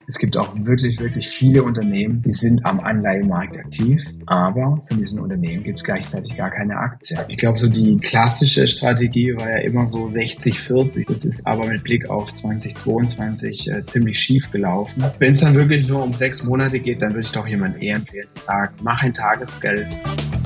Es gibt auch wirklich, wirklich viele Unternehmen, die sind am Anleihenmarkt aktiv, aber von diesen Unternehmen gibt es gleichzeitig gar keine Aktien. Ich glaube, so die klassische Strategie war ja immer so 60-40. Das ist aber mit Blick auf 2022 ziemlich schief gelaufen. Wenn es dann wirklich nur um 6 Monate geht, dann würde ich doch jemandem eher empfehlen zu sagen, mach ein Tagesgeld.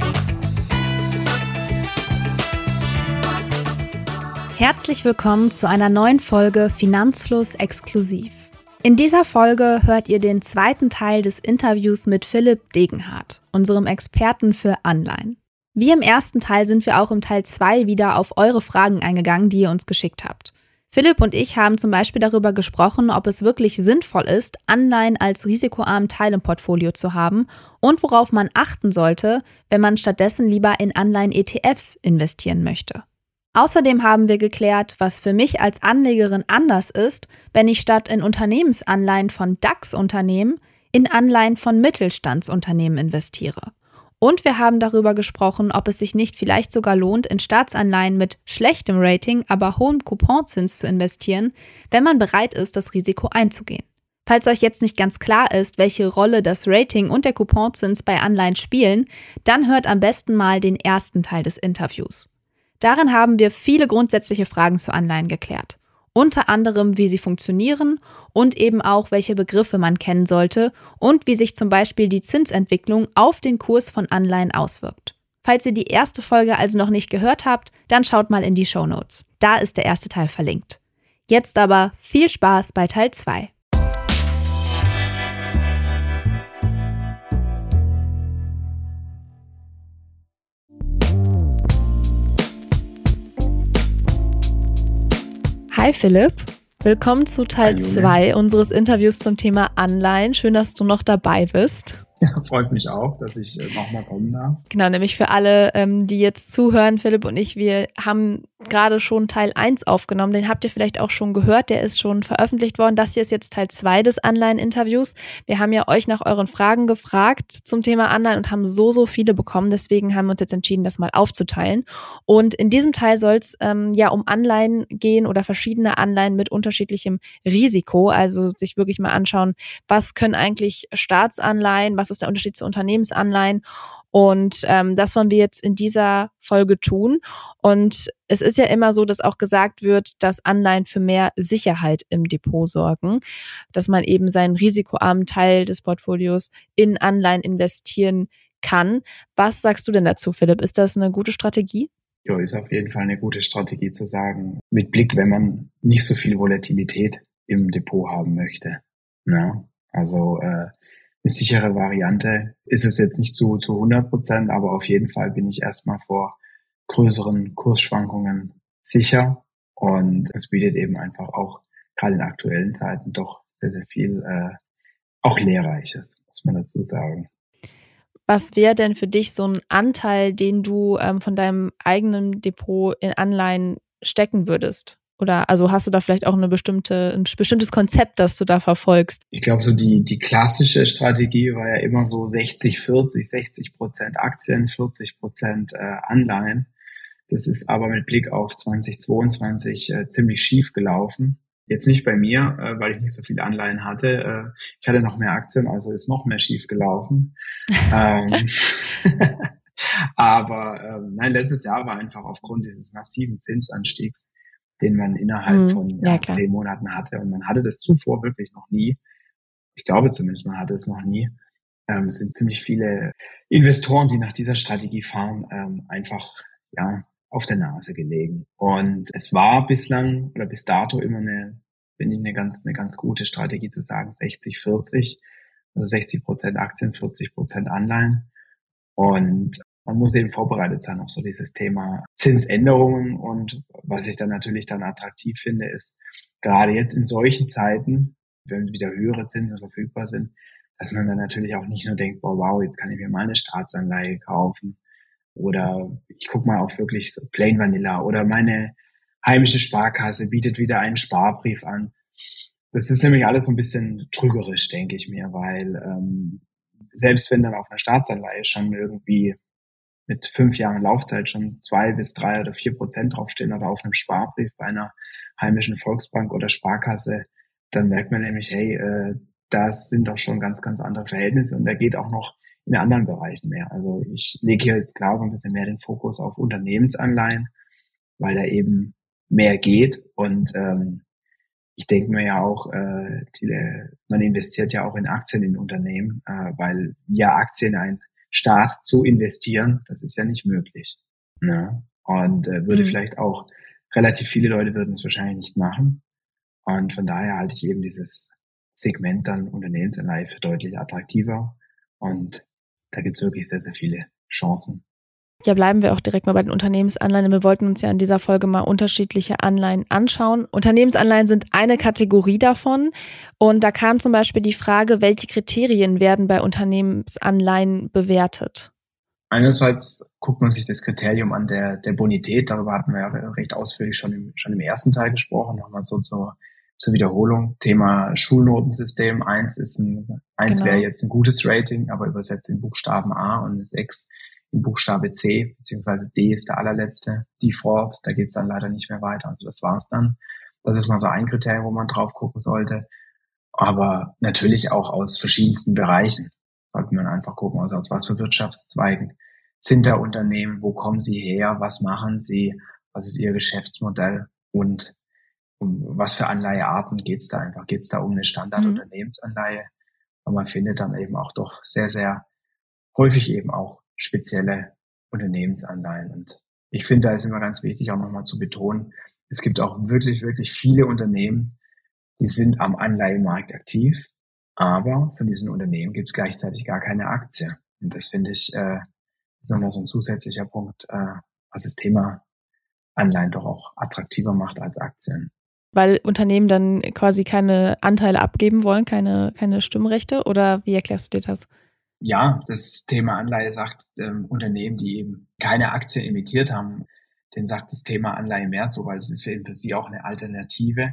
Herzlich willkommen zu einer neuen Folge Finanzfluss exklusiv. In dieser Folge hört ihr den zweiten Teil des Interviews mit Philipp Degenhardt, unserem Experten für Anleihen. Wie im ersten Teil sind wir auch im Teil 2 wieder auf eure Fragen eingegangen, die ihr uns geschickt habt. Philipp und ich haben zum Beispiel darüber gesprochen, ob es wirklich sinnvoll ist, Anleihen als risikoarmen Teil im Portfolio zu haben und worauf man achten sollte, wenn man stattdessen lieber in Anleihen-ETFs investieren möchte. Außerdem haben wir geklärt, was für mich als Anlegerin anders ist, wenn ich statt in Unternehmensanleihen von DAX-Unternehmen in Anleihen von Mittelstandsunternehmen investiere. Und wir haben darüber gesprochen, ob es sich nicht vielleicht sogar lohnt, in Staatsanleihen mit schlechtem Rating, aber hohem Couponzins zu investieren, wenn man bereit ist, das Risiko einzugehen. Falls euch jetzt nicht ganz klar ist, welche Rolle das Rating und der Couponzins bei Anleihen spielen, dann hört am besten mal den ersten Teil des Interviews. Darin haben wir viele grundsätzliche Fragen zu Anleihen geklärt. Unter anderem, wie sie funktionieren und eben auch, welche Begriffe man kennen sollte und wie sich zum Beispiel die Zinsentwicklung auf den Kurs von Anleihen auswirkt. Falls ihr die erste Folge also noch nicht gehört habt, dann schaut mal in die Shownotes. Da ist der erste Teil verlinkt. Jetzt aber viel Spaß bei Teil 2. Hi Philipp, willkommen zu Teil 2 unseres Interviews zum Thema Anleihen. Schön, dass du noch dabei bist. Ja, freut mich auch, dass ich nochmal kommen darf. Genau, nämlich für alle, die jetzt zuhören, Philipp und ich, wir haben gerade schon Teil 1 aufgenommen. Den habt ihr vielleicht auch schon gehört, der ist schon veröffentlicht worden. Das hier ist jetzt Teil 2 des Anleihen-Interviews. Wir haben ja euch nach euren Fragen gefragt zum Thema Anleihen und haben so viele bekommen. Deswegen haben wir uns jetzt entschieden, das mal aufzuteilen. Und in diesem Teil soll es um Anleihen gehen oder verschiedene Anleihen mit unterschiedlichem Risiko. Also sich wirklich mal anschauen, was können eigentlich Staatsanleihen, was ist der Unterschied zu Unternehmensanleihen? Und das wollen wir jetzt in dieser Folge tun. Und es ist ja immer so, dass auch gesagt wird, dass Anleihen für mehr Sicherheit im Depot sorgen, dass man eben seinen risikoarmen Teil des Portfolios in Anleihen investieren kann. Was sagst du denn dazu, Philipp? Ist das eine gute Strategie? Ja, ist auf jeden Fall eine gute Strategie zu sagen, mit Blick, wenn man nicht so viel Volatilität im Depot haben möchte. Ja, also eine sichere Variante ist es jetzt nicht zu 100%, aber auf jeden Fall bin ich erstmal vor größeren Kursschwankungen sicher, und es bietet eben einfach auch gerade in aktuellen Zeiten doch sehr viel auch Lehrreiches, muss man dazu sagen. Was wäre denn für dich so ein Anteil, den du von deinem eigenen Depot in Anleihen stecken würdest? Oder also hast du da vielleicht auch ein bestimmtes Konzept, das du da verfolgst? Ich glaube, so die klassische Strategie war ja immer so 60-40, 60% Aktien, 40% Anleihen. Das ist aber mit Blick auf 2022 ziemlich schief gelaufen. Jetzt nicht bei mir, weil ich nicht so viele Anleihen hatte. Ich hatte noch mehr Aktien, also ist noch mehr schief gelaufen. Aber nein, letztes Jahr war einfach aufgrund dieses massiven Zinsanstiegs, den man innerhalb von 10 Monaten hatte. Und man hatte das zuvor wirklich noch nie. Ich glaube zumindest, man hatte es noch nie. Es sind ziemlich viele Investoren, die nach dieser Strategie fahren, einfach auf der Nase gelegen. Und es war bislang oder bis dato immer eine ganz gute Strategie zu sagen, 60-40, also 60% Aktien, 40% Anleihen. Und man muss eben vorbereitet sein auf so dieses Thema Zinsänderungen. Und was ich dann natürlich attraktiv finde, ist, gerade jetzt in solchen Zeiten, wenn wieder höhere Zinsen verfügbar sind, dass man dann natürlich auch nicht nur denkt, wow, jetzt kann ich mir mal eine Staatsanleihe kaufen oder ich gucke mal auf wirklich so Plain Vanilla oder meine heimische Sparkasse bietet wieder einen Sparbrief an. Das ist nämlich alles so ein bisschen trügerisch, denke ich mir, weil selbst wenn dann auf einer Staatsanleihe schon irgendwie mit 5 Jahren Laufzeit schon 2 bis 3 oder 4% draufstehen oder auf einem Sparbrief bei einer heimischen Volksbank oder Sparkasse, dann merkt man nämlich, hey, das sind doch schon ganz, ganz andere Verhältnisse und da geht auch noch in anderen Bereichen mehr. Also ich lege hier jetzt klar so ein bisschen mehr den Fokus auf Unternehmensanleihen, weil da eben mehr geht und ich denke mir ja auch, man investiert ja auch in Aktien in Unternehmen, weil via Aktien ein Staat zu investieren, das ist ja nicht möglich. Ne? Und würde vielleicht auch, relativ viele Leute würden es wahrscheinlich nicht machen. Und von daher halte ich eben dieses Segment dann Unternehmensanleihe für deutlich attraktiver. Und da gibt es wirklich sehr, sehr viele Chancen. Ja, bleiben wir auch direkt mal bei den Unternehmensanleihen. Wir wollten uns ja in dieser Folge mal unterschiedliche Anleihen anschauen. Unternehmensanleihen sind eine Kategorie davon. Und da kam zum Beispiel die Frage, welche Kriterien werden bei Unternehmensanleihen bewertet? Einerseits guckt man sich das Kriterium an der Bonität. Darüber hatten wir ja recht ausführlich schon im ersten Teil gesprochen. Nochmal so zur Wiederholung. Thema Schulnotensystem. 1 wäre jetzt ein gutes Rating, aber übersetzt in Buchstaben A und 6 in Buchstabe C, beziehungsweise D ist der allerletzte Default. Da geht's dann leider nicht mehr weiter. Also das war's dann. Das ist mal so ein Kriterium, wo man drauf gucken sollte. Aber natürlich auch aus verschiedensten Bereichen sollte man einfach gucken, also aus was für Wirtschaftszweigen sind da Unternehmen, wo kommen sie her, was machen sie, was ist ihr Geschäftsmodell und um was für Anleihearten geht's da einfach? Geht's da um eine Standardunternehmensanleihe? Und man findet dann eben auch doch sehr, sehr häufig eben auch spezielle Unternehmensanleihen. Und ich finde, da ist immer ganz wichtig, auch nochmal zu betonen, es gibt auch wirklich, wirklich viele Unternehmen, die sind am Anleihemarkt aktiv, aber von diesen Unternehmen gibt es gleichzeitig gar keine Aktie. Und das finde ich, ist nochmal so ein zusätzlicher Punkt, was das Thema Anleihen doch auch attraktiver macht als Aktien. Weil Unternehmen dann quasi keine Anteile abgeben wollen, keine Stimmrechte? Oder wie erklärst du dir das? Ja, das Thema Anleihe sagt Unternehmen, die eben keine Aktien emittiert haben, denen sagt das Thema Anleihe mehr so, weil es ist für sie auch eine Alternative,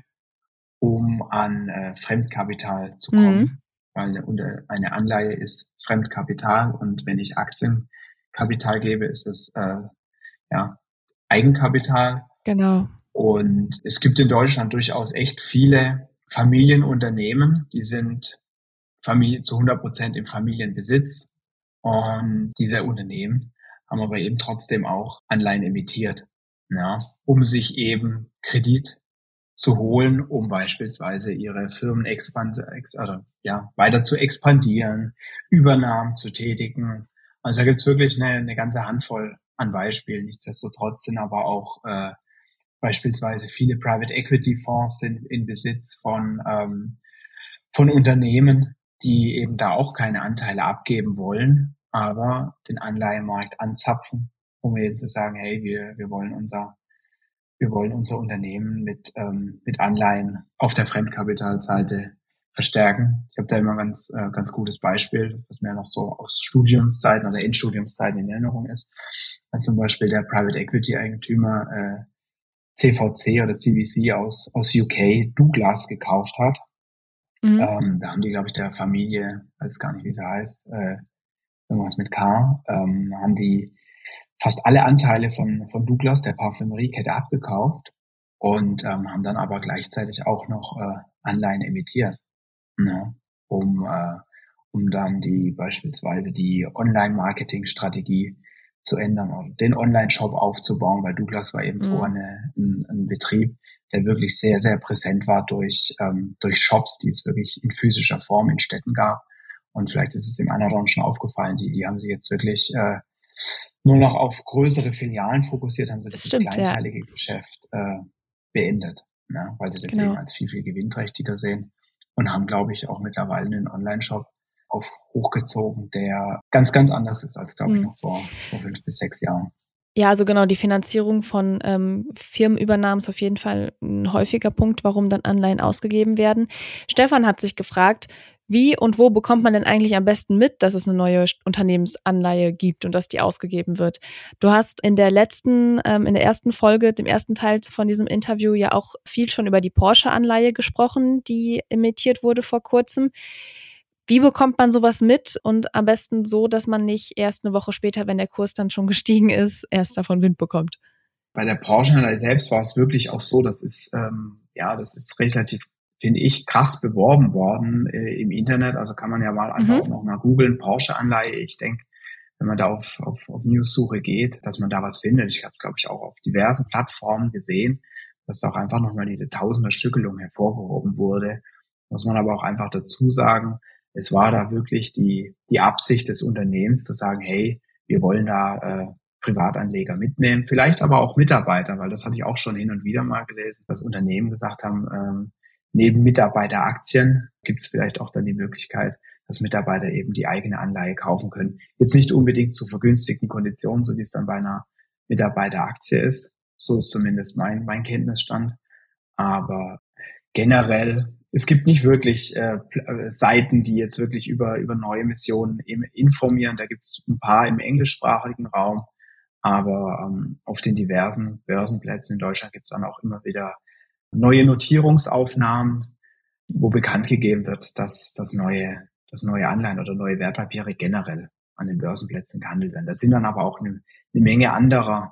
um an Fremdkapital zu kommen. Weil eine Anleihe ist Fremdkapital und wenn ich Aktienkapital gebe, ist es Eigenkapital. Genau. Und es gibt in Deutschland durchaus echt viele Familienunternehmen, die sind zu 100% im Familienbesitz. Und diese Unternehmen haben aber eben trotzdem auch Anleihen emittiert, um sich eben Kredit zu holen, um beispielsweise ihre Firmen weiter zu expandieren, Übernahmen zu tätigen. Also da gibt's wirklich eine ganze Handvoll an Beispielen. Nichtsdestotrotz sind aber auch beispielsweise viele Private Equity Fonds sind in Besitz von Unternehmen, die eben da auch keine Anteile abgeben wollen, aber den Anleihemarkt anzapfen, um eben zu sagen, hey, wir wollen unser Unternehmen mit Anleihen auf der Fremdkapitalseite verstärken. Ich habe da immer ganz gutes Beispiel, was mir noch so aus Studiumszeiten oder Endstudiumszeiten in Erinnerung ist, als zum Beispiel der Private Equity Eigentümer CVC oder CVC aus UK Douglas gekauft hat. Da haben die, glaube ich, der Familie, weiß gar nicht, wie sie heißt, irgendwas mit K, haben die fast alle Anteile von Douglas, der Parfümeriekette, abgekauft und haben dann aber gleichzeitig auch noch Anleihen emittiert, um dann beispielsweise die Online-Marketing-Strategie zu ändern oder den Online-Shop aufzubauen, weil Douglas war eben vorher ein Betrieb, der wirklich sehr, sehr präsent war durch Shops, die es wirklich in physischer Form in Städten gab. Und vielleicht ist es dem einen oder anderen schon aufgefallen, die haben sich jetzt wirklich nur noch auf größere Filialen fokussiert, haben sie das kleinteilige Geschäft beendet, weil sie das eben als viel, viel gewinnträchtiger sehen und haben, glaube ich, auch mittlerweile einen Online-Shop hochgezogen, der ganz, ganz anders ist als, glaube ich, noch vor 5 bis 6 Jahren. Ja, also genau, die Finanzierung von Firmenübernahmen ist auf jeden Fall ein häufiger Punkt, warum dann Anleihen ausgegeben werden. Stefan hat sich gefragt, wie und wo bekommt man denn eigentlich am besten mit, dass es eine neue Unternehmensanleihe gibt und dass die ausgegeben wird? Du hast in der ersten Folge, dem ersten Teil von diesem Interview ja auch viel schon über die Porsche-Anleihe gesprochen, die emittiert wurde vor kurzem. Wie bekommt man sowas mit und am besten so, dass man nicht erst eine Woche später, wenn der Kurs dann schon gestiegen ist, erst davon Wind bekommt? Bei der Porsche-Anleihe selbst war es wirklich auch so, das ist relativ finde ich, krass beworben worden im Internet. Also kann man ja mal einfach auch noch mal googeln, Porsche-Anleihe. Ich denke, wenn man da auf News-Suche geht, dass man da was findet. Ich habe es, glaube ich, auch auf diversen Plattformen gesehen, dass da auch einfach nochmal diese Tausender-Stückelung hervorgehoben wurde. Muss man aber auch einfach dazu sagen, es war da wirklich die Absicht des Unternehmens zu sagen, hey, wir wollen da Privatanleger mitnehmen, vielleicht aber auch Mitarbeiter, weil das hatte ich auch schon hin und wieder mal gelesen, dass Unternehmen gesagt haben, neben Mitarbeiteraktien gibt es vielleicht auch dann die Möglichkeit, dass Mitarbeiter eben die eigene Anleihe kaufen können. Jetzt nicht unbedingt zu vergünstigten Konditionen, so wie es dann bei einer Mitarbeiteraktie ist. So ist zumindest mein Kenntnisstand. Aber generell, es gibt nicht wirklich Seiten, die jetzt wirklich über neue Missionen informieren. Da gibt es ein paar im englischsprachigen Raum. Aber auf den diversen Börsenplätzen in Deutschland gibt es dann auch immer wieder neue Notierungsaufnahmen, wo bekannt gegeben wird, dass das neue Anleihen oder neue Wertpapiere generell an den Börsenplätzen gehandelt werden. Da sind dann aber auch eine Menge anderer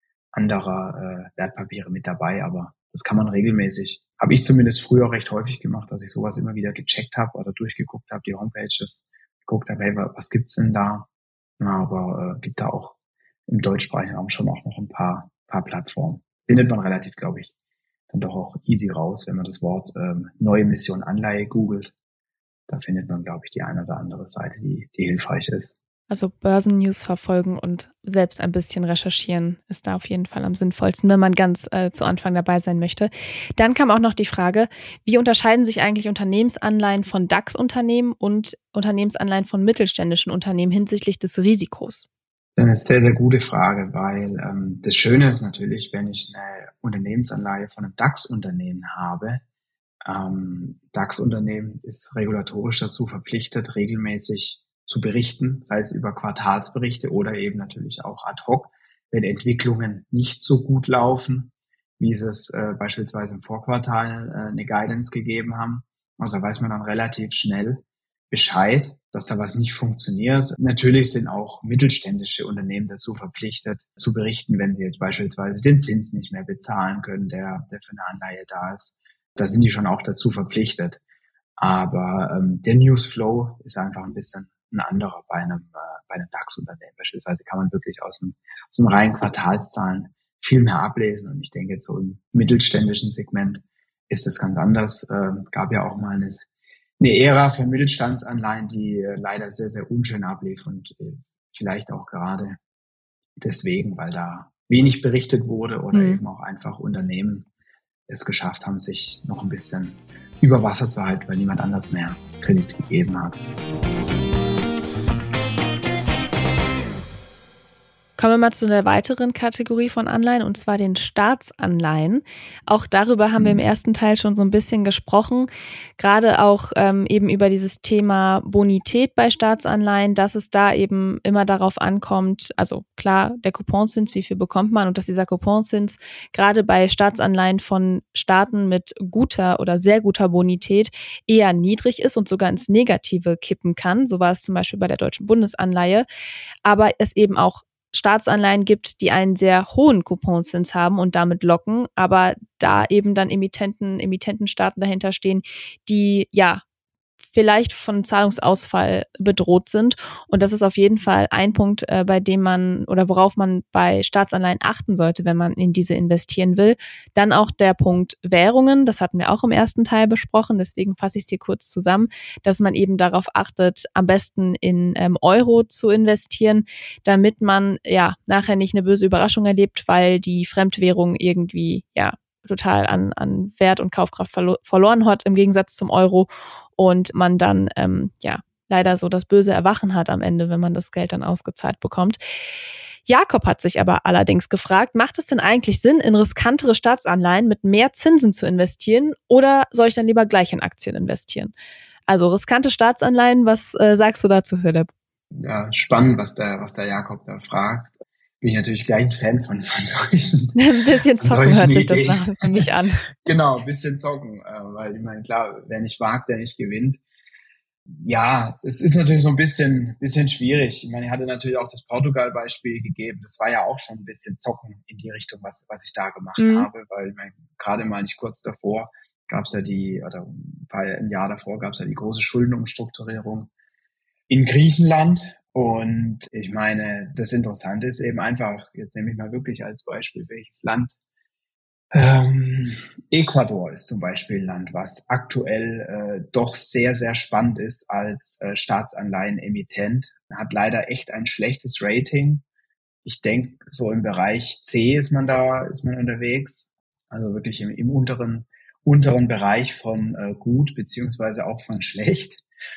Wertpapiere mit dabei, aber das kann man regelmäßig, habe ich zumindest früher recht häufig gemacht, dass ich sowas immer wieder gecheckt habe oder durchgeguckt habe, die Homepages, geguckt habe, hey, was gibt's denn da? Aber gibt da auch im deutschsprachigen Raum schon auch noch ein paar Plattformen. Findet man relativ, glaube ich, dann doch auch easy raus, wenn man das Wort neue Mission Anleihe googelt. Da findet man, glaube ich, die eine oder andere Seite, die hilfreich ist. Also Börsennews verfolgen und selbst ein bisschen recherchieren ist da auf jeden Fall am sinnvollsten, wenn man ganz zu Anfang dabei sein möchte. Dann kam auch noch die Frage, wie unterscheiden sich eigentlich Unternehmensanleihen von DAX-Unternehmen und Unternehmensanleihen von mittelständischen Unternehmen hinsichtlich des Risikos? Eine sehr, sehr gute Frage, weil das Schöne ist natürlich, wenn ich eine Unternehmensanleihe von einem DAX-Unternehmen habe. DAX-Unternehmen ist regulatorisch dazu verpflichtet, regelmäßig zu berichten, sei es über Quartalsberichte oder eben natürlich auch ad hoc, wenn Entwicklungen nicht so gut laufen, wie sie es beispielsweise im Vorquartal eine Guidance gegeben haben. Also weiß man dann relativ schnell Bescheid, dass da was nicht funktioniert. Natürlich sind auch mittelständische Unternehmen dazu verpflichtet, zu berichten, wenn sie jetzt beispielsweise den Zins nicht mehr bezahlen können, der für eine Anleihe da ist. Da sind die schon auch dazu verpflichtet. Aber der Newsflow ist einfach ein bisschen ein anderer bei einem DAX-Unternehmen. Beispielsweise kann man wirklich aus einem reinen Quartalszahlen viel mehr ablesen. Und ich denke, jetzt so im mittelständischen Segment ist das ganz anders. Gab ja auch mal eine Ära für Mittelstandsanleihen, die leider sehr, sehr unschön ablief und vielleicht auch gerade deswegen, weil da wenig berichtet wurde oder eben auch einfach Unternehmen es geschafft haben, sich noch ein bisschen über Wasser zu halten, weil niemand anders mehr Kredit gegeben hat. Kommen wir mal zu einer weiteren Kategorie von Anleihen, und zwar den Staatsanleihen. Auch darüber haben wir im ersten Teil schon so ein bisschen gesprochen, gerade auch eben über dieses Thema Bonität bei Staatsanleihen, dass es da eben immer darauf ankommt, also klar, der Couponsins, wie viel bekommt man, und dass dieser Couponsins gerade bei Staatsanleihen von Staaten mit guter oder sehr guter Bonität eher niedrig ist und sogar ins Negative kippen kann. So war es zum Beispiel bei der Deutschen Bundesanleihe. Aber es eben auch Staatsanleihen gibt, die einen sehr hohen Couponsins haben und damit locken, aber da eben dann Emittentenstaaten dahinter stehen, die ja vielleicht von Zahlungsausfall bedroht sind. Und das ist auf jeden Fall ein Punkt, bei dem man oder worauf man bei Staatsanleihen achten sollte, wenn man in diese investieren will. Dann auch der Punkt Währungen, das hatten wir auch im ersten Teil besprochen, deswegen fasse ich es hier kurz zusammen, dass man eben darauf achtet, am besten in Euro zu investieren, damit man ja nachher nicht eine böse Überraschung erlebt, weil die Fremdwährung irgendwie ja total an Wert und Kaufkraft verloren hat im Gegensatz zum Euro und man dann leider so das böse Erwachen hat am Ende, wenn man das Geld dann ausgezahlt bekommt. Jakob hat sich aber allerdings gefragt, macht es denn eigentlich Sinn, in riskantere Staatsanleihen mit mehr Zinsen zu investieren, oder soll ich dann lieber gleich in Aktien investieren? Also riskante Staatsanleihen, was sagst du dazu, Philipp? Ja, spannend, was der Jakob da fragt. Bin ich natürlich gleich ein Fan von solchen. Ein bisschen zocken hört sich das nach für mich an. Genau, ein bisschen zocken, weil ich meine, klar, wer nicht wagt, der nicht gewinnt. Ja, es ist natürlich so ein bisschen schwierig. Ich meine, ich hatte natürlich auch das Portugal-Beispiel gegeben. Das war ja auch schon ein bisschen zocken in die Richtung, was ich da gemacht habe, weil ich meine, gerade mal nicht kurz davor gab es ja ein Jahr davor gab es ja die große Schuldenumstrukturierung in Griechenland. Und ich meine, das Interessante ist eben einfach, jetzt nehme ich mal wirklich als Beispiel, welches Land. Ecuador ist zum Beispiel ein Land, was aktuell doch sehr, sehr spannend ist als Staatsanleihenemittent. Hat leider echt ein schlechtes Rating. Ich denke, so im Bereich C ist man unterwegs. Also wirklich im unteren Bereich von gut beziehungsweise auch von schlecht.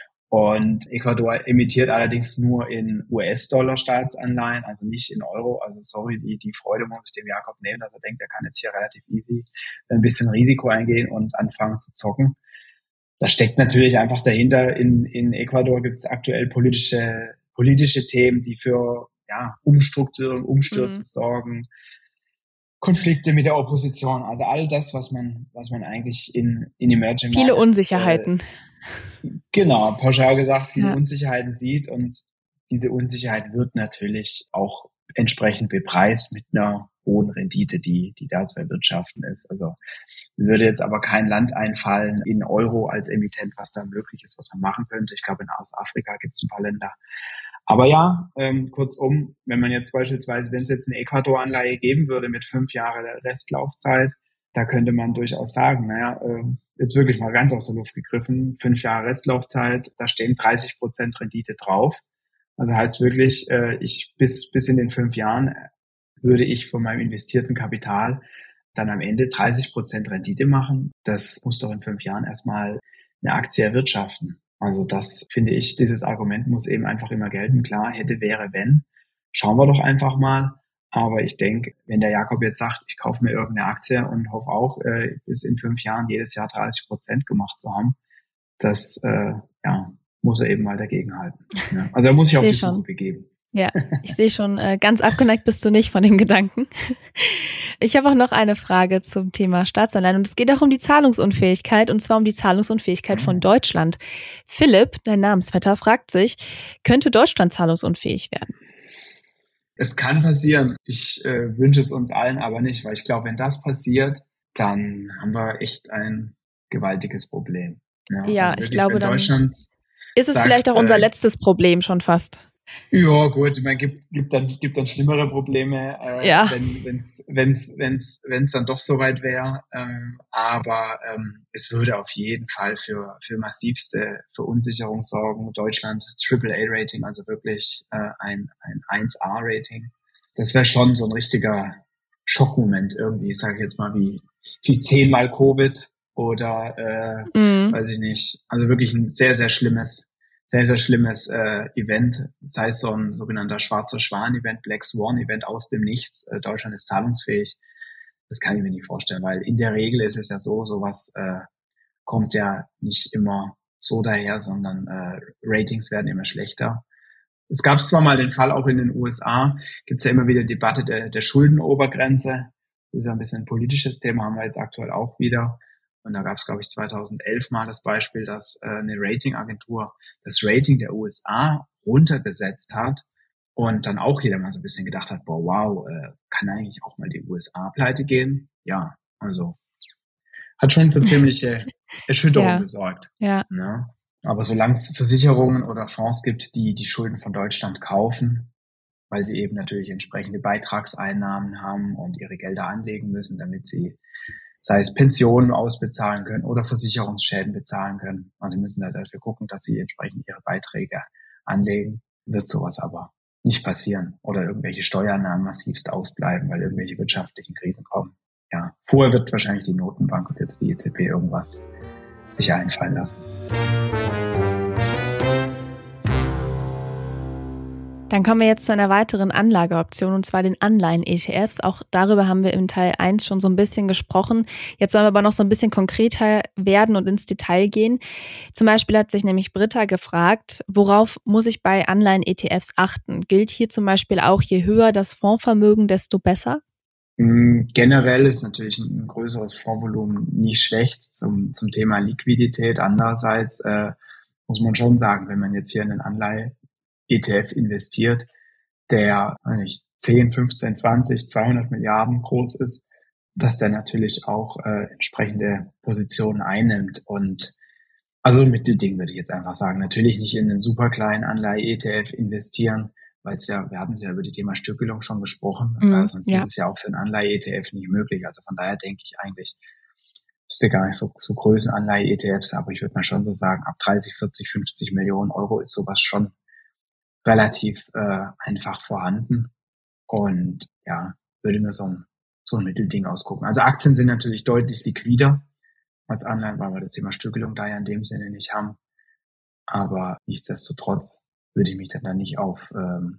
Und Ecuador emittiert allerdings nur in US-Dollar Staatsanleihen, also nicht in Euro. Also sorry, die Freude muss ich dem Jakob nehmen, dass er denkt, er kann jetzt hier relativ easy ein bisschen Risiko eingehen und anfangen zu zocken. Da steckt natürlich einfach dahinter, in Ecuador gibt es aktuell politische Themen, die für Umstrukturierung, Umstürzen sorgen, Konflikte mit der Opposition, also all das, was man eigentlich in Emerging Markets, viele Unsicherheiten. Genau, pauschal gesagt, viele Unsicherheiten sieht, und diese Unsicherheit wird natürlich auch entsprechend bepreist mit einer hohen Rendite, die da zu erwirtschaften ist. Also würde jetzt aber kein Land einfallen in Euro als Emittent, was da möglich ist, was man machen könnte. Ich glaube, in Ostafrika gibt es ein paar Länder. Aber kurzum, wenn man jetzt beispielsweise, wenn es jetzt eine Ecuador-Anleihe geben würde mit 5 Jahre Restlaufzeit, da könnte man durchaus sagen, jetzt wirklich mal ganz aus der Luft gegriffen, 5 Jahre Restlaufzeit, da stehen 30% Rendite drauf. Also heißt wirklich, ich bis in den 5 Jahren würde ich von meinem investierten Kapital dann am Ende 30% Rendite machen. Das muss doch in 5 Jahren erstmal eine Aktie erwirtschaften. Also das finde ich, dieses Argument muss eben einfach immer gelten. Klar, hätte, wäre, wenn. Schauen wir doch einfach mal. Aber ich denke, wenn der Jakob jetzt sagt, ich kaufe mir irgendeine Aktie und hoffe auch, bis in 5 Jahren jedes Jahr 30% gemacht zu haben, das muss er eben mal dagegenhalten. Ja. Also er muss sich auf die Suche begeben. Ja, ich sehe schon, ganz abgeneigt bist du nicht von dem Gedanken. Ich habe auch noch eine Frage zum Thema Staatsanleihen, und es geht auch um die Zahlungsunfähigkeit, und zwar um die Zahlungsunfähigkeit von Deutschland. Philipp, dein Namensvetter, fragt sich, könnte Deutschland zahlungsunfähig werden? Es kann passieren. Ich wünsche es uns allen aber nicht, weil ich glaube, wenn das passiert, dann haben wir echt ein gewaltiges Problem. Ja, also ich glaube, dann ist es vielleicht auch unser letztes Problem schon fast. Ja, gut, ich meine, gibt dann schlimmere Probleme, wenn's dann doch soweit wäre. Aber es würde auf jeden Fall für massivste Verunsicherung sorgen. Deutschland AAA-Rating, also wirklich ein 1A-Rating. Das wäre schon so ein richtiger Schockmoment irgendwie, sage ich jetzt mal, wie 10-mal Covid oder weiß ich nicht. Also wirklich ein sehr, sehr schlimmes Event, sei es so ein sogenannter schwarzer Schwan-Event, Black Swan-Event aus dem Nichts. Deutschland ist zahlungsfähig. Das kann ich mir nicht vorstellen, weil in der Regel ist es ja sowas kommt ja nicht immer so daher, sondern Ratings werden immer schlechter. Es gab zwar mal den Fall, auch in den USA, gibt es ja immer wieder Debatte der Schuldenobergrenze. Das ist ja ein bisschen ein politisches Thema, haben wir jetzt aktuell auch wieder. Und da gab es, glaube ich, 2011 mal das Beispiel, dass eine Ratingagentur das Rating der USA runtergesetzt hat und dann auch jeder mal so ein bisschen gedacht hat, boah, wow, kann eigentlich auch mal die USA pleite gehen? Ja, also hat schon für ziemliche Erschütterung gesorgt. Ja. Ne? Aber solange es Versicherungen oder Fonds gibt, die Schulden von Deutschland kaufen, weil sie eben natürlich entsprechende Beitragseinnahmen haben und ihre Gelder anlegen müssen, damit sie sei es Pensionen ausbezahlen können oder Versicherungsschäden bezahlen können. Also sie müssen da dafür gucken, dass sie entsprechend ihre Beiträge anlegen. Wird sowas aber nicht passieren oder irgendwelche Steuereinnahmen massivst ausbleiben, weil irgendwelche wirtschaftlichen Krisen kommen. Ja, vorher wird wahrscheinlich die Notenbank und jetzt die EZB irgendwas sich einfallen lassen. Dann kommen wir jetzt zu einer weiteren Anlageoption, und zwar den Anleihen-ETFs. Auch darüber haben wir im Teil 1 schon so ein bisschen gesprochen. Jetzt sollen wir aber noch so ein bisschen konkreter werden und ins Detail gehen. Zum Beispiel hat sich nämlich Britta gefragt, worauf muss ich bei Anleihen-ETFs achten? Gilt hier zum Beispiel auch, je höher das Fondsvermögen, desto besser? Generell ist natürlich ein größeres Fondsvolumen nicht schlecht zum Thema Liquidität. Andererseits muss man schon sagen, wenn man jetzt hier in einen Anleihe-ETF investiert, der 10, 15, 20, 200 Milliarden groß ist, dass der natürlich auch entsprechende Positionen einnimmt. Und also ein Mittelding würde ich jetzt einfach sagen. Natürlich nicht in einen super kleinen Anleihe-ETF investieren, weil wir hatten es ja über die Thema Stückelung schon gesprochen, sonst ist es ja auch für einen Anleihe-ETF nicht möglich. Also von daher denke ich eigentlich, wüsste gar nicht so Größenanleihe-ETFs, aber ich würde mal schon so sagen, ab 30, 40, 50 Millionen Euro ist sowas schon relativ einfach vorhanden. Und ja, würde mir so ein Mittelding ausgucken. Also Aktien sind natürlich deutlich liquider als Anleihen, weil wir das Thema Stückelung da ja in dem Sinne nicht haben. Aber nichtsdestotrotz würde ich mich dann nicht auf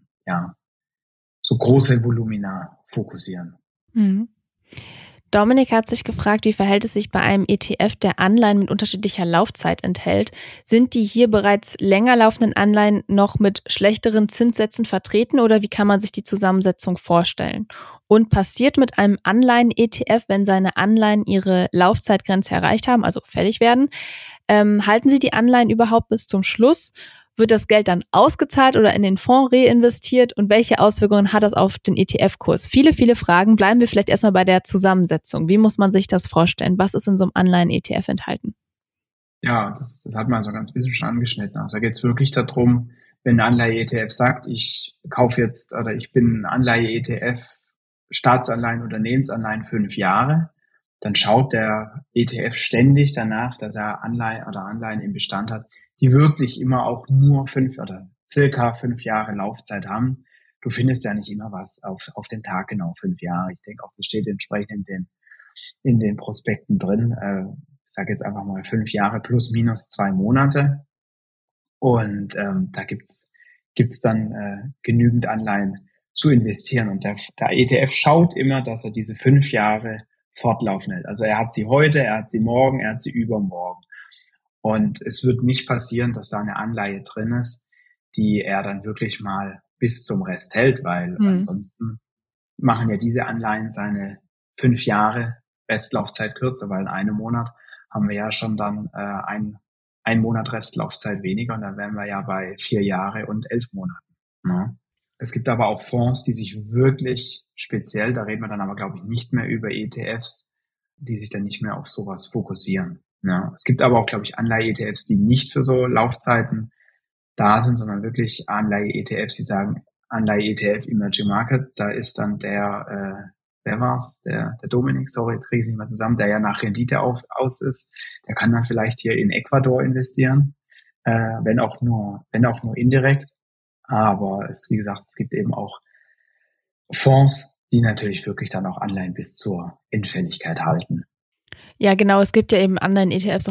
so große Volumina fokussieren. Mhm. Dominik hat sich gefragt, wie verhält es sich bei einem ETF, der Anleihen mit unterschiedlicher Laufzeit enthält? Sind die hier bereits länger laufenden Anleihen noch mit schlechteren Zinssätzen vertreten oder wie kann man sich die Zusammensetzung vorstellen? Und passiert mit einem Anleihen-ETF, wenn seine Anleihen ihre Laufzeitgrenze erreicht haben, also fällig werden, halten Sie die Anleihen überhaupt bis zum Schluss? Wird das Geld dann ausgezahlt oder in den Fonds reinvestiert und welche Auswirkungen hat das auf den ETF-Kurs? Viele, viele Fragen. Bleiben wir vielleicht erstmal bei der Zusammensetzung. Wie muss man sich das vorstellen? Was ist in so einem Anleihen-ETF enthalten? Ja, das hat man so ganz bisschen schon angeschnitten. Also da geht es wirklich darum, wenn ein Anleihe-ETF sagt, ich kaufe jetzt oder ich bin ein Anleihe-ETF, Staatsanleihen, Unternehmensanleihen 5 Jahre, dann schaut der ETF ständig danach, dass er Anleihen im Bestand hat, die wirklich immer auch nur 5 oder circa 5 Jahre Laufzeit haben. Du findest ja nicht immer was auf den Tag genau 5 Jahre. Ich denke auch, das steht entsprechend in den Prospekten drin. Ich sage jetzt einfach mal 5 Jahre plus minus 2 Monate. Und da gibt's dann genügend Anleihen zu investieren. Und der ETF schaut immer, dass er diese 5 Jahre fortlaufen hält. Also er hat sie heute, er hat sie morgen, er hat sie übermorgen. Und es wird nicht passieren, dass da eine Anleihe drin ist, die er dann wirklich mal bis zum Rest hält, weil ansonsten machen ja diese Anleihen seine 5 Jahre Restlaufzeit kürzer, weil in einem Monat haben wir ja schon dann ein Monat Restlaufzeit weniger und dann wären wir ja bei 4 Jahre und 11 Monaten. Ja. Es gibt aber auch Fonds, die sich wirklich speziell, da reden wir dann aber glaube ich nicht mehr über ETFs, die sich dann nicht mehr auf sowas fokussieren. Ja. Es gibt aber auch glaube ich Anleihe-ETFs, die nicht für so Laufzeiten da sind, sondern wirklich Anleihe-ETFs, die sagen Anleihe-ETF Emerging Market, da ist dann der Dominik, sorry, jetzt kriege ich es nicht mehr zusammen, der ja nach Rendite aus ist, der kann dann vielleicht hier in Ecuador investieren, wenn auch nur indirekt. Aber wie gesagt, es gibt eben auch Fonds, die natürlich wirklich dann auch Anleihen bis zur Endfälligkeit halten. Ja, genau. Es gibt ja eben Anleihen-ETFs auch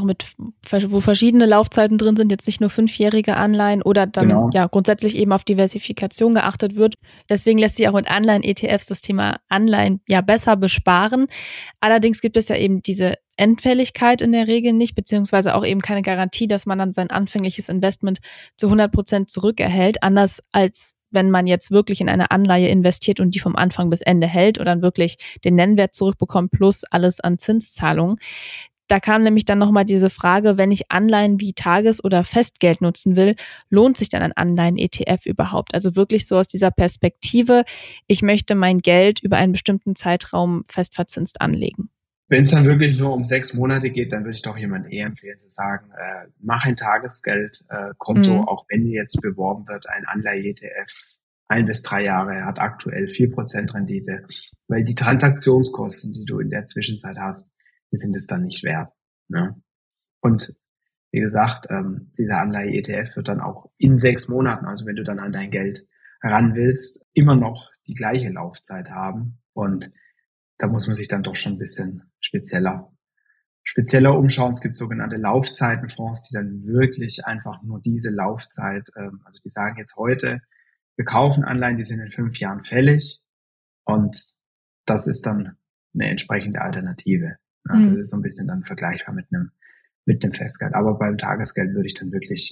wo verschiedene Laufzeiten drin sind, jetzt nicht nur 5-jährige Anleihen oder dann grundsätzlich eben auf Diversifikation geachtet wird. Deswegen lässt sich auch mit Anleihen-ETFs das Thema Anleihen ja besser besparen. Allerdings gibt es ja eben diese Endfälligkeit in der Regel nicht, beziehungsweise auch eben keine Garantie, dass man dann sein anfängliches Investment zu 100% zurückerhält, anders als wenn man jetzt wirklich in eine Anleihe investiert und die vom Anfang bis Ende hält und dann wirklich den Nennwert zurückbekommt plus alles an Zinszahlungen. Da kam nämlich dann nochmal diese Frage, wenn ich Anleihen wie Tages- oder Festgeld nutzen will, lohnt sich dann ein Anleihen-ETF überhaupt? Also wirklich so aus dieser Perspektive, ich möchte mein Geld über einen bestimmten Zeitraum festverzinst anlegen. Wenn es dann wirklich nur um 6 Monate geht, dann würde ich doch jemandem eher empfehlen zu sagen, mach ein Tagesgeldkonto, auch wenn jetzt beworben wird, ein Anleihe-ETF, 1 bis 3 Jahre, hat aktuell 4% Rendite, weil die Transaktionskosten, die du in der Zwischenzeit hast, die sind es dann nicht wert. Ne? Und wie gesagt, dieser Anleihe-ETF wird dann auch in 6 Monaten, also wenn du dann an dein Geld ran willst, immer noch die gleiche Laufzeit haben. Und da muss man sich dann doch schon ein bisschen spezieller umschauen. Es gibt sogenannte Laufzeitenfonds, die dann wirklich einfach nur diese Laufzeit, also die sagen jetzt heute, wir kaufen Anleihen, die sind in 5 Jahren fällig und das ist dann eine entsprechende Alternative. Ja, das ist so ein bisschen dann vergleichbar mit einem Festgeld. Aber beim Tagesgeld würde ich dann wirklich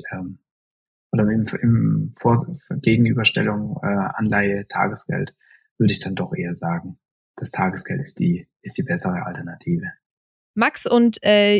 oder im Gegenüberstellung Anleihe, Tagesgeld würde ich dann doch eher sagen, das Tagesgeld ist die bessere Alternative. Max und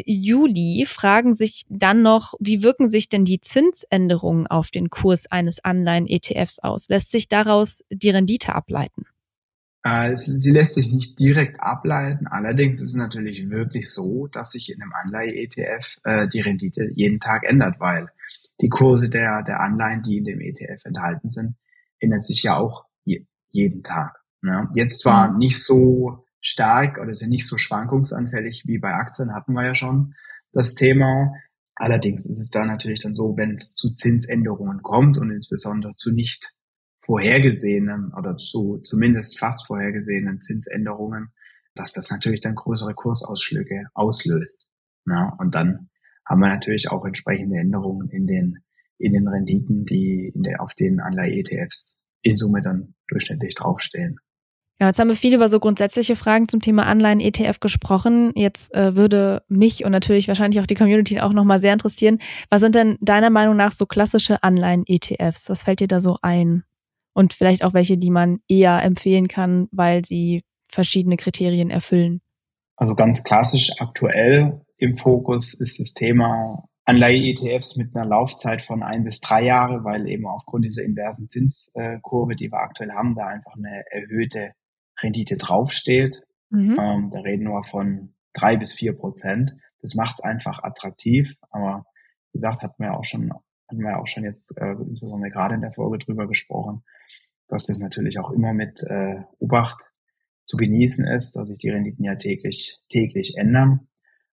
Juli fragen sich dann noch, wie wirken sich denn die Zinsänderungen auf den Kurs eines Anleihen-ETFs aus? Lässt sich daraus die Rendite ableiten? Sie lässt sich nicht direkt ableiten. Allerdings ist es natürlich wirklich so, dass sich in einem Anleihe-ETF die Rendite jeden Tag ändert, weil die Kurse der Anleihen, die in dem ETF enthalten sind, ändern sich ja auch jeden Tag. Ne? Jetzt zwar nicht so stark oder sind nicht so schwankungsanfällig wie bei Aktien, hatten wir ja schon das Thema. Allerdings ist es da natürlich dann so, wenn es zu Zinsänderungen kommt und insbesondere zu nicht vorhergesehenen oder zu zumindest fast vorhergesehenen Zinsänderungen, dass das natürlich dann größere Kursausschläge auslöst. Ja, und dann haben wir natürlich auch entsprechende Änderungen in den Renditen, auf den Anleihe-ETFs in Summe dann durchschnittlich draufstehen. Ja, jetzt haben wir viel über so grundsätzliche Fragen zum Thema Anleihen-ETF gesprochen. Jetzt würde mich und natürlich wahrscheinlich auch die Community auch nochmal sehr interessieren, was sind denn deiner Meinung nach so klassische Anleihen-ETFs? Was fällt dir da so ein? Und vielleicht auch welche, die man eher empfehlen kann, weil sie verschiedene Kriterien erfüllen. Also ganz klassisch aktuell im Fokus ist das Thema Anleihe-ETFs mit einer Laufzeit von 1 bis 3 Jahre, weil eben aufgrund dieser inversen Zinskurve, die wir aktuell haben, da einfach eine erhöhte Rendite draufsteht. Da reden wir von 3 bis 4%. Das macht es einfach attraktiv. Aber wie gesagt, hatten wir auch schon jetzt insbesondere gerade in der Folge drüber gesprochen, dass das natürlich auch immer mit Obacht zu genießen ist, dass sich die Renditen ja täglich ändern.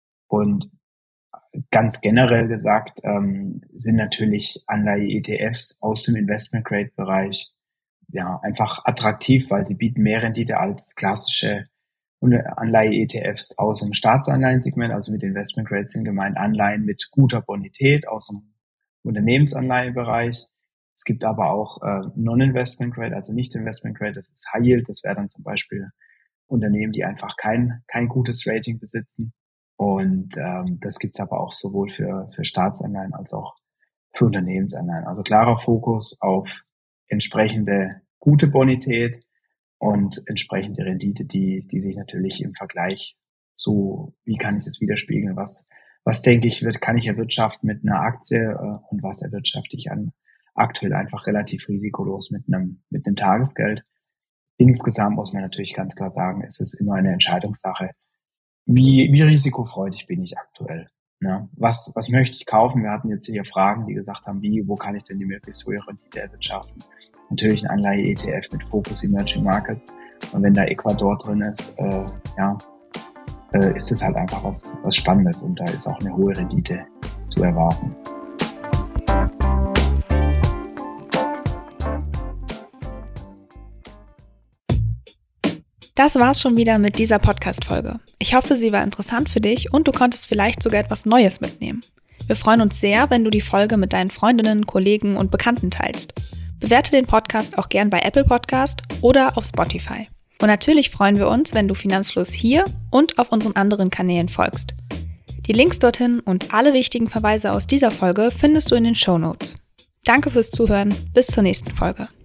Und ganz generell gesagt sind natürlich Anleihe-ETFs aus dem Investment-Grade-Bereich ja einfach attraktiv, weil sie bieten mehr Rendite als klassische Anleihe-ETFs aus dem Staatsanleihensegment, also mit Investment-Grade sind gemeint Anleihen mit guter Bonität aus dem Unternehmensanleihebereich. Es gibt aber auch Non-Investment-Grade, also nicht Investment-Grade, das ist High Yield, das wäre dann zum Beispiel Unternehmen, die einfach kein gutes Rating besitzen. Und das gibt's aber auch sowohl für Staatsanleihen als auch für Unternehmensanleihen. Also klarer Fokus auf entsprechende gute Bonität und entsprechende Rendite, die sich natürlich im Vergleich zu, wie kann ich das widerspiegeln, was denke ich, kann ich erwirtschaften mit einer Aktie und was erwirtschafte ich aktuell einfach relativ risikolos mit einem Tagesgeld. Insgesamt muss man natürlich ganz klar sagen, es ist immer eine Entscheidungssache. Wie risikofreudig bin ich aktuell? Ne? Was möchte ich kaufen? Wir hatten jetzt hier Fragen, die gesagt haben, wo kann ich denn die möglichst hohe Rendite erwirtschaften? Natürlich ein Anleihe-ETF mit Fokus Emerging Markets. Und wenn da Ecuador drin ist, ist es halt einfach was Spannendes und da ist auch eine hohe Rendite zu erwarten. Das war's schon wieder mit dieser Podcast-Folge. Ich hoffe, sie war interessant für dich und du konntest vielleicht sogar etwas Neues mitnehmen. Wir freuen uns sehr, wenn du die Folge mit deinen Freundinnen, Kollegen und Bekannten teilst. Bewerte den Podcast auch gern bei Apple Podcast oder auf Spotify. Und natürlich freuen wir uns, wenn du Finanzfluss hier und auf unseren anderen Kanälen folgst. Die Links dorthin und alle wichtigen Verweise aus dieser Folge findest du in den Shownotes. Danke fürs Zuhören, bis zur nächsten Folge.